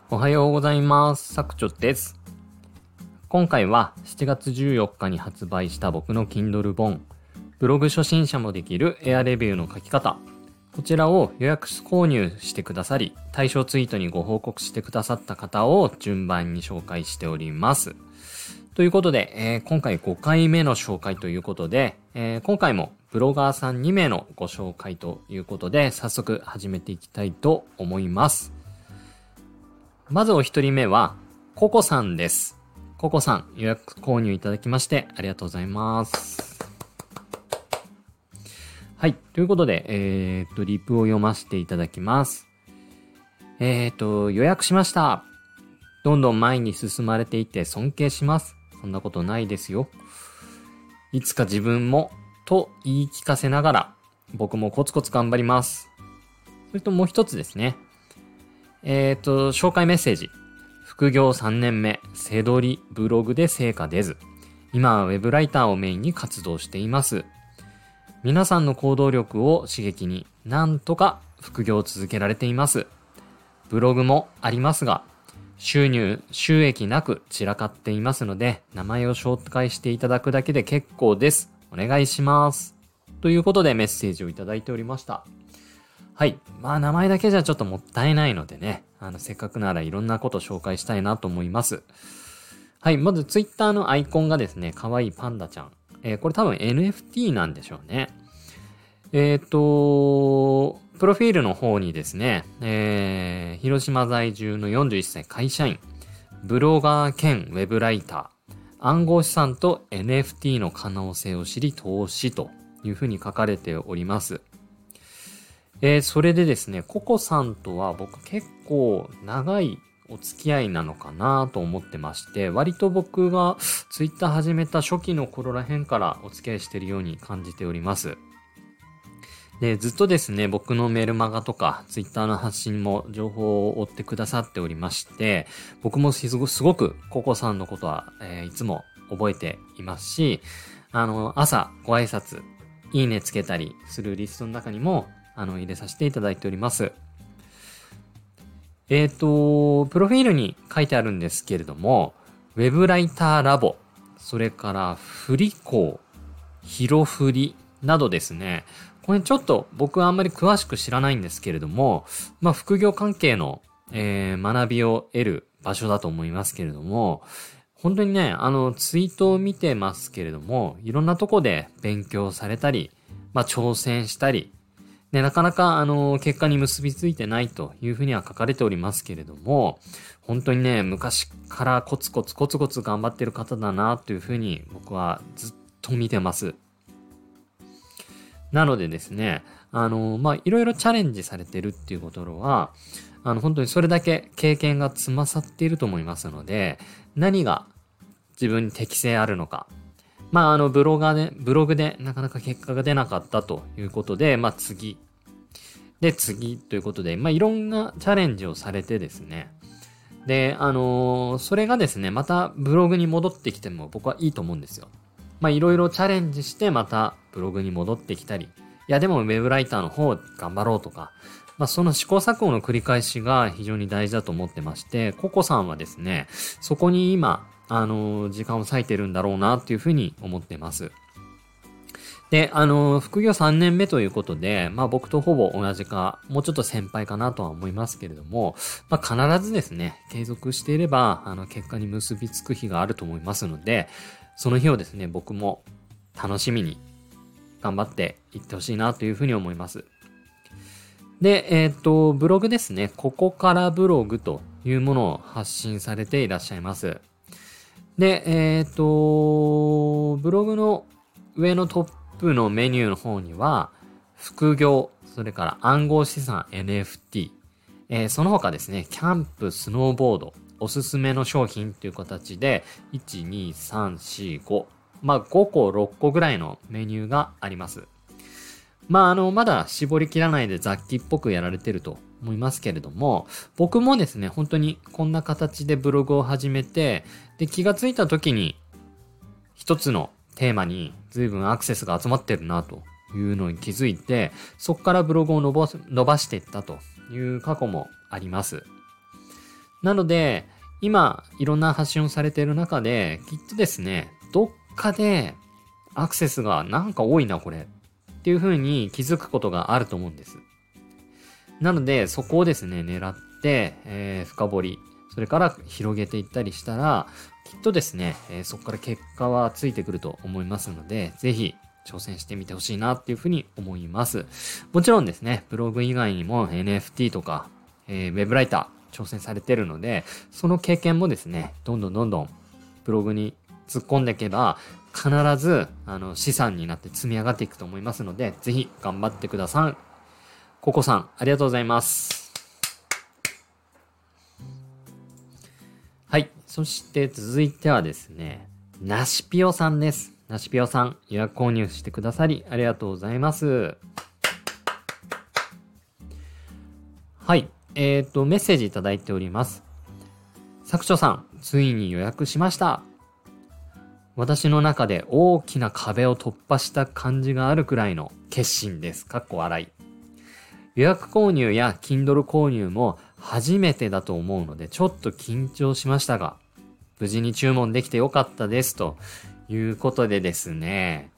おはようございます。さくちょです。今回は7月14日に発売した僕の Kindle 本、ブログ初心者もできるエアレビューの書き方。こちらを予約購入してくださり、対象ツイートにご報告してくださった方を順番に紹介しております。ということで、今回5回目の紹介ということで、今回もブロガーさん2名のご紹介ということで、早速始めていきたいと思います。まずお一人目は、ココさんです。ココさん、予約購入いただきましてありがとうございます。はい。ということで、リプを読ませていただきます。予約しました。どんどん前に進まれていて尊敬します。そんなことないですよ。いつか自分も、と言い聞かせながら、僕もコツコツ頑張ります。それともう一つですね。紹介メッセージ。副業3年目、背取り、ブログで成果出ず。今はウェブライターをメインに活動しています。皆さんの行動力を刺激になんとか副業を続けられています。ブログもありますが、収益なく散らかっていますので、名前を紹介していただくだけで結構です。お願いします。ということでメッセージをいただいておりました。はい。名前だけじゃちょっともったいないのでね、せっかくならいろんなこと紹介したいなと思います。はい。まずツイッターのアイコンがですね、かわいいパンダちゃん。これ多分 NFT なんでしょうね。プロフィールの方にですね、広島在住の41歳会社員、ブロガー兼ウェブライター、暗号資産と NFT の可能性を知り投資というふうに書かれております。それでですね、ココさんとは僕結構長いお付き合いなのかなと思ってまして、割と僕がツイッター始めた初期の頃ら辺からお付き合いしているように感じております。で、ずっとですね、僕のメルマガとかツイッターの発信も情報を追ってくださっておりまして、僕もすごくココさんのことは、いつも覚えていますし、朝ご挨拶、いいねつけたりするリストの中にも入れさせていただいております。プロフィールに書いてあるんですけれども、ウェブライターラボ、それからフリコー、ヒロフリなどですね、これちょっと僕はあんまり詳しく知らないんですけれども、副業関係の、学びを得る場所だと思いますけれども、本当にね、ツイートを見てますけれども、いろんなとこで勉強されたり、挑戦したり、で、なかなか、結果に結びついてないというふうには書かれておりますけれども、本当にね、昔からコツコツ頑張ってる方だなというふうに僕はずっと見てます。なのでですね、いろいろチャレンジされてるっていうことは、本当にそれだけ経験が積まさっていると思いますので、何が自分に適性あるのか、ブログでなかなか結果が出なかったということで、次ということで、いろんなチャレンジをされてですね。で、それがですね、またブログに戻ってきても僕はいいと思うんですよ。いろいろチャレンジしてまたブログに戻ってきたり、いやでもウェブライターの方頑張ろうとか、その試行錯誤の繰り返しが非常に大事だと思ってまして、ココさんはですね、そこに今、時間を割いてるんだろうなっていうふうに思ってます。で、副業3年目ということで、僕とほぼ同じか、もうちょっと先輩かなとは思いますけれども、必ずですね、継続していれば、結果に結びつく日があると思いますので、その日をですね、僕も楽しみに頑張っていってほしいなというふうに思います。で、ブログですね、ここからブログというものを発信されていらっしゃいます。で、ブログの上のトップのメニューの方には、副業、それから暗号資産 NFT、その他ですね、キャンプ、スノーボード、おすすめの商品という形で、1、2、3、4、5、5個、6個ぐらいのメニューがあります。まだ絞り切らないで雑記っぽくやられてると思いますけれども、僕もですね、本当にこんな形でブログを始めて、で、気がついた時に、一つのテーマに随分アクセスが集まってるなというのに気づいて、そこからブログを伸ばしていったという過去もあります。 なので、今、いろんな発信をされている中で、きっとですね、どっかでアクセスがなんか多いな、これ。っていう風に気づくことがあると思うんです。なので、そこをですね、狙って、深掘り、それから広げていったりしたら、きっとですね、そこから結果はついてくると思いますので、ぜひ挑戦してみてほしいなっていうふうに思います。もちろんですね、ブログ以外にも NFT とか、ウェブライター挑戦されてるので、その経験もですね、どんどんブログに突っ込んでいけば、必ず資産になって積み上がっていくと思いますので、ぜひ頑張ってください。ココさん、ありがとうございます。はい。そして続いてはですね、ナシピオさんです。ナシピオさん、予約購入してくださりありがとうございます。はい。メッセージいただいております。作長さん、ついに予約しました。私の中で大きな壁を突破した感じがあるくらいの決心です。かっこ笑い。予約購入や Kindle 購入も初めてだと思うのでちょっと緊張しましたが、無事に注文できてよかったですということでですね、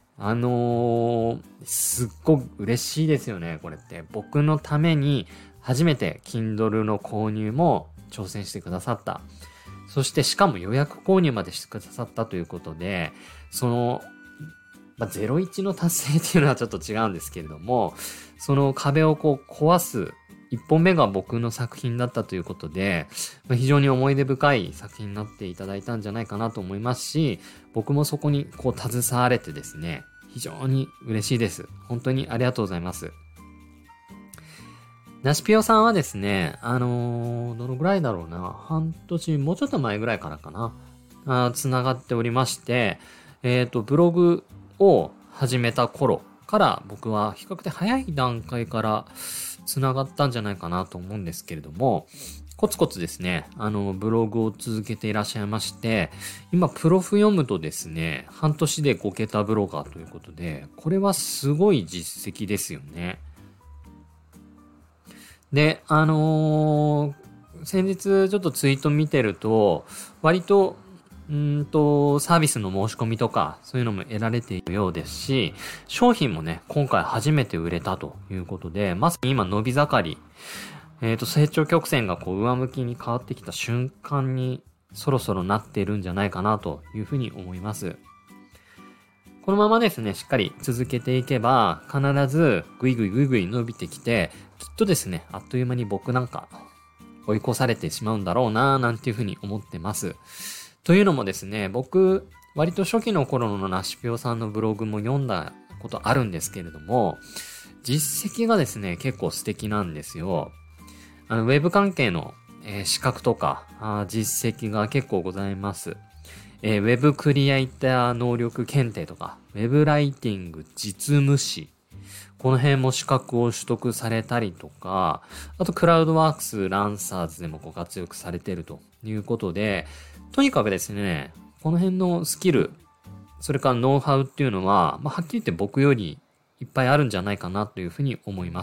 すっごく嬉しいですよね、これって。僕のために初めて Kindle の購入も挑戦してくださった。そしてしかも予約購入までしてくださったということで、01の達成っていうのはちょっと違うんですけれども、その壁を壊す一本目が僕の作品だったということで、非常に思い出深い作品になっていただいたんじゃないかなと思いますし、僕もそこに携われてですね、非常に嬉しいです。本当にありがとうございます。ナシピオさんはですね、どのぐらいだろうな、半年、もうちょっと前ぐらいからかな、つながっておりまして、ブログを始めた頃から僕は比較的早い段階からつながったんじゃないかなと思うんですけれども、コツコツですね、ブログを続けていらっしゃいまして、今プロフ読むとですね、半年で5桁ブロガーということで、これはすごい実績ですよね。で、先日ちょっとツイート見てると、割と、サービスの申し込みとか、そういうのも得られているようですし、商品もね、今回初めて売れたということで、まさに今伸び盛り、成長曲線が上向きに変わってきた瞬間に、そろそろなっているんじゃないかなというふうに思います。このままですね、しっかり続けていけば、必ずぐいぐい伸びてきて、きっとですね、あっという間に僕なんか追い越されてしまうんだろうなぁなんていうふうに思ってます。というのもですね、僕、割と初期の頃のナシピオさんのブログも読んだことあるんですけれども、実績がですね、結構素敵なんですよ。ウェブ関係の、資格とか実績が結構ございます。ウェブクリエイター能力検定とか、ウェブライティング実務士、この辺も資格を取得されたりとか、あとクラウドワークス、ランサーズでもご活躍されているということで、とにかくですね、この辺のスキル、それからノウハウっていうのは、はっきり言って僕よりいっぱいあるんじゃないかなというふうに思います。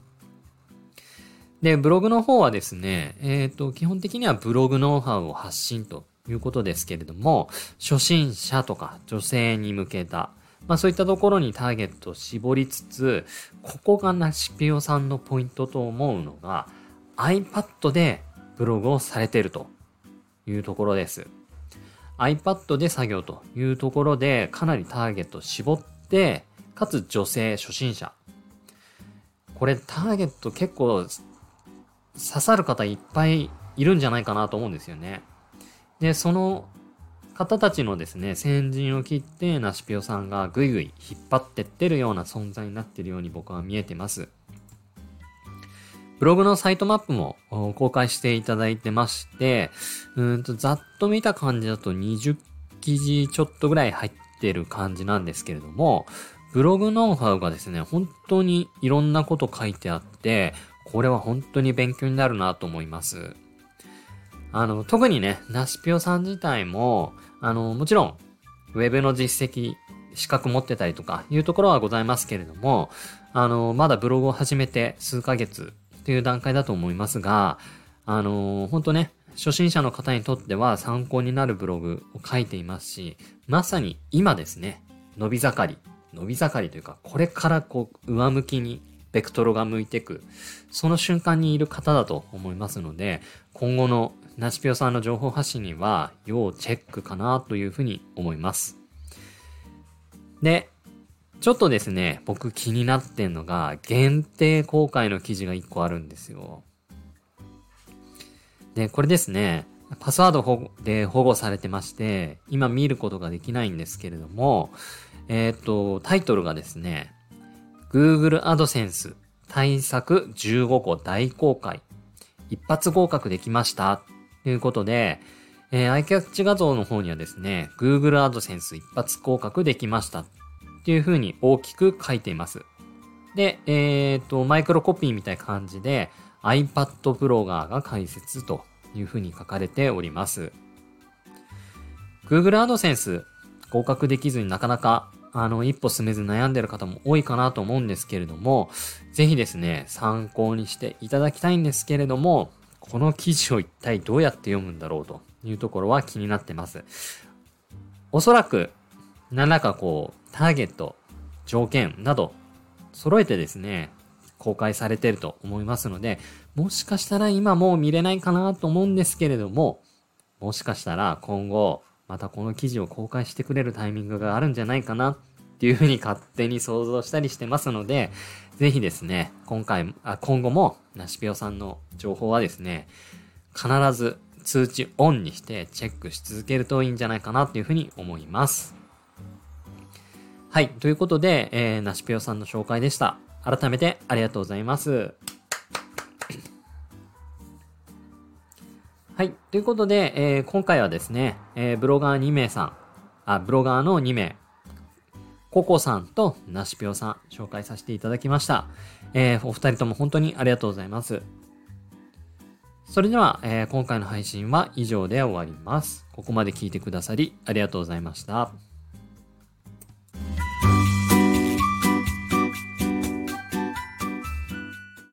で、ブログの方はですね、基本的にはブログノウハウを発信ということですけれども、初心者とか女性に向けた、そういったところにターゲットを絞りつつ、ここがナシピオさんのポイントと思うのが、iPad でブログをされているというところです。iPad で作業というところで、かなりターゲットを絞って、かつ女性初心者。これターゲット結構刺さる方いっぱいいるんじゃないかなと思うんですよね。で、その方たちのですね、先陣を切ってナシピオさんがぐいぐい引っ張ってってるような存在になっているように僕は見えてます。ブログのサイトマップも公開していただいてまして、ざっと見た感じだと20記事ちょっとぐらい入ってる感じなんですけれども、ブログノウハウがですね、本当にいろんなこと書いてあって、これは本当に勉強になるなと思います。特にね、ナシピオさん自体も、もちろん、ウェブの実績、資格持ってたりとかいうところはございますけれども、まだブログを始めて数ヶ月という段階だと思いますが、 ほんとね、初心者の方にとっては参考になるブログを書いていますし、まさに今ですね、伸び盛りというか、これから上向きにベクトルが向いていく、その瞬間にいる方だと思いますので、今後のなしぴよさんの情報発信には要チェックかなというふうに思います。で、ちょっとですね、僕気になってんのが、限定公開の記事が1個あるんですよ。で、これですね、パスワードで保護されてまして、今見ることができないんですけれども、タイトルがですね、Google AdSense 対策15個大公開。一発合格できました。ということで、アイキャッチ画像の方にはですね、Google AdSense 一発合格できました。っていう風に大きく書いています。で、マイクロコピーみたいな感じで iPad ブロガーが解説という風に書かれております。Google AdSense 合格できずになかなか一歩進めず悩んでる方も多いかなと思うんですけれども、ぜひですね、参考にしていただきたいんですけれども、この記事を一体どうやって読むんだろうというところは気になってます。おそらく、何らかターゲット、条件など、揃えてですね、公開されていると思いますので、もしかしたら今もう見れないかなと思うんですけれども、もしかしたら今後、またこの記事を公開してくれるタイミングがあるんじゃないかなっていうふうに勝手に想像したりしてますので、ぜひですね、今後もなしぴよさんの情報はですね、必ず通知オンにしてチェックし続けるといいんじゃないかなというふうに思います。はい、ということで、なしぴよさんの紹介でした。改めてありがとうございます。はい。ということで、今回はですね、ブロガーの2名、ココさんとなしぴよさん紹介させていただきました。お二人とも本当にありがとうございます。それでは、今回の配信は以上で終わります。ここまで聞いてくださりありがとうございました。